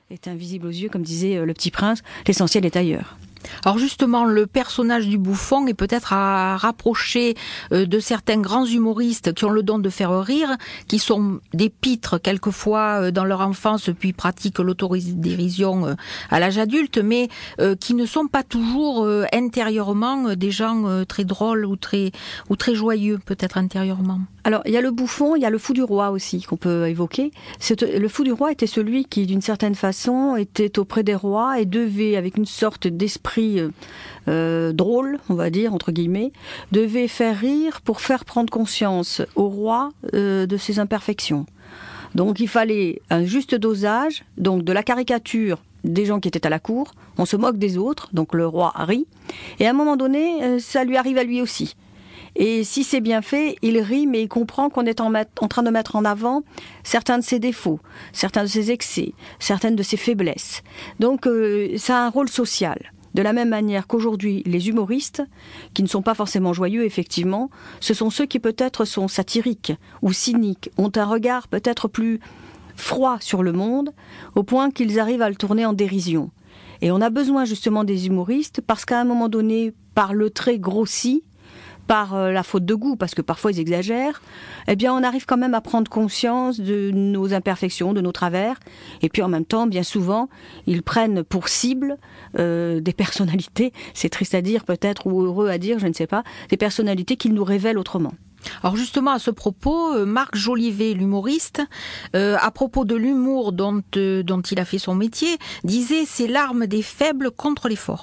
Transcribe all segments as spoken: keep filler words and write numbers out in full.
est invisible aux yeux, comme disait le Petit Prince, l'essentiel est ailleurs. Alors justement, le personnage du bouffon est peut-être à rapprocher de certains grands humoristes qui ont le don de faire rire, qui sont des pitres quelquefois dans leur enfance, puis pratiquent l'autodérision à l'âge adulte, mais qui ne sont pas toujours intérieurement des gens très drôles ou très, ou très joyeux, peut-être intérieurement. Alors, il y a le bouffon, il y a le fou du roi aussi qu'on peut évoquer. C'est, le fou du roi était celui qui, d'une certaine façon, était auprès des rois et devait, avec une sorte d'esprit euh, drôle, on va dire, entre guillemets, devait faire rire pour faire prendre conscience au roi euh, de ses imperfections. Donc, il fallait un juste dosage, donc de la caricature des gens qui étaient à la cour, on se moque des autres, donc le roi rit, et à un moment donné, euh, ça lui arrive à lui aussi. Et si c'est bien fait, il rit, mais il comprend qu'on est en, met, en train de mettre en avant certains de ses défauts, certains de ses excès, certaines de ses faiblesses. Donc, euh, ça a un rôle social. De la même manière qu'aujourd'hui, les humoristes, qui ne sont pas forcément joyeux, effectivement, ce sont ceux qui peut-être sont satiriques ou cyniques, ont un regard peut-être plus froid sur le monde, au point qu'ils arrivent à le tourner en dérision. Et on a besoin justement des humoristes, parce qu'à un moment donné, par le trait grossi, par la faute de goût, parce que parfois ils exagèrent, eh bien on arrive quand même à prendre conscience de nos imperfections, de nos travers, et puis en même temps, bien souvent, ils prennent pour cible euh, des personnalités, c'est triste à dire peut-être, ou heureux à dire, je ne sais pas, des personnalités qu'ils nous révèlent autrement. Alors justement, à ce propos, Marc Jolivet, l'humoriste, euh, à propos de l'humour dont, euh, dont il a fait son métier, disait « c'est l'arme des faibles contre les forts ».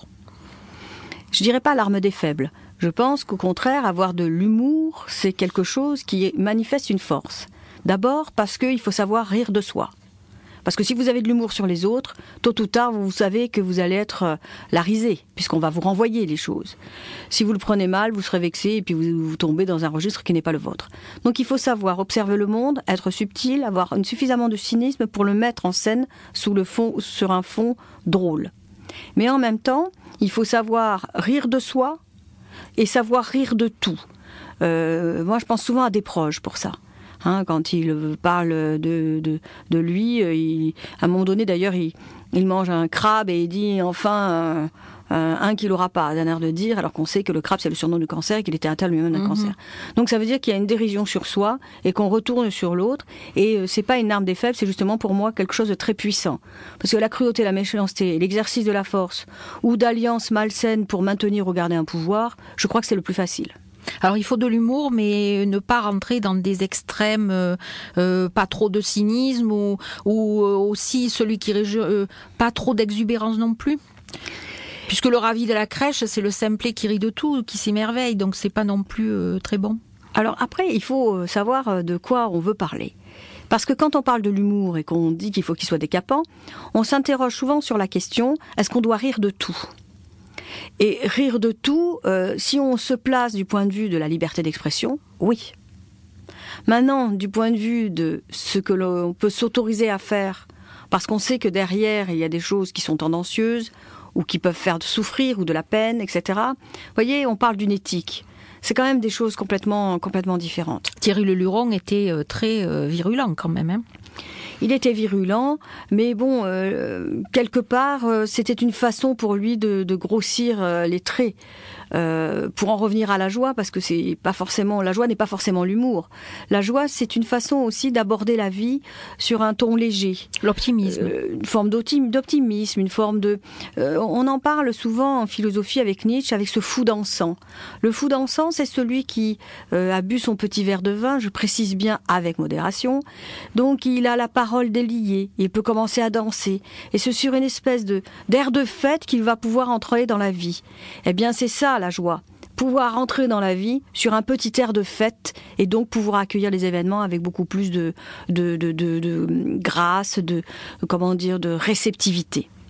Je dirais pas l'arme des faibles. Je pense qu'au contraire, avoir de l'humour, c'est quelque chose qui manifeste une force. D'abord parce qu'il faut savoir rire de soi. Parce que si vous avez de l'humour sur les autres, tôt ou tard, vous savez que vous allez être la risée, puisqu'on va vous renvoyer les choses. Si vous le prenez mal, vous serez vexé et puis vous, vous tombez dans un registre qui n'est pas le vôtre. Donc il faut savoir observer le monde, être subtil, avoir une, suffisamment de cynisme pour le mettre en scène sous le fond, sur un fond drôle. Mais en même temps, il faut savoir rire de soi, et savoir rire de tout. Euh, moi, je pense souvent à des proches pour ça. Hein, quand il parle de, de, de lui, il, à un moment donné, d'ailleurs, il, il mange un crabe et il dit enfin un, un, un qu'il n'aura pas, d'un air de dire, alors qu'on sait que le crabe, c'est le surnom du cancer et qu'il était atteint lui-même d'un mmh. cancer. Donc ça veut dire qu'il y a une dérision sur soi et qu'on retourne sur l'autre. Et euh, c'est pas une arme des faibles, c'est justement pour moi quelque chose de très puissant. Parce que la cruauté, la méchanceté, l'exercice de la force ou d'alliances malsaines pour maintenir ou garder un pouvoir, je crois que c'est le plus facile. Alors il faut de l'humour, mais ne pas rentrer dans des extrêmes, euh, euh, pas trop de cynisme ou, ou euh, aussi celui qui euh, pas trop d'exubérance non plus. Puisque le ravi de la crèche, c'est le simplet qui rit de tout, qui s'émerveille, donc c'est pas non plus euh, très bon. Alors après, il faut savoir de quoi on veut parler. Parce que quand on parle de l'humour et qu'on dit qu'il faut qu'il soit décapant, on s'interroge souvent sur la question, est-ce qu'on doit rire de tout ? Et rire de tout, euh, si on se place du point de vue de la liberté d'expression, oui. Maintenant, du point de vue de ce que l'on peut s'autoriser à faire, parce qu'on sait que derrière, il y a des choses qui sont tendancieuses, ou qui peuvent faire souffrir, ou de la peine, et cetera. Vous voyez, on parle d'une éthique. C'est quand même des choses complètement, complètement différentes. Thierry Le Luron était euh, très euh, virulent quand même, hein. Il était virulent, mais bon, euh, quelque part, euh, c'était une façon pour lui de, de grossir euh, les traits. Euh, pour en revenir à la joie, parce que c'est pas forcément, la joie n'est pas forcément l'humour. La joie, c'est une façon aussi d'aborder la vie sur un ton léger. L'optimisme. Euh, une forme d'optimisme, une forme de... Euh, on en parle souvent en philosophie avec Nietzsche, avec ce fou dansant. Le fou dansant, c'est celui qui euh, a bu son petit verre de vin, je précise bien avec modération. Donc il a la parole déliée, il peut commencer à danser. Et c'est sur une espèce de, d'air de fête qu'il va pouvoir entrer dans la vie. Eh bien, c'est ça, la joie. Pouvoir entrer dans la vie sur un petit air de fête et donc pouvoir accueillir les événements avec beaucoup plus de, de, de, de, de grâce, de, comment dire, de réceptivité.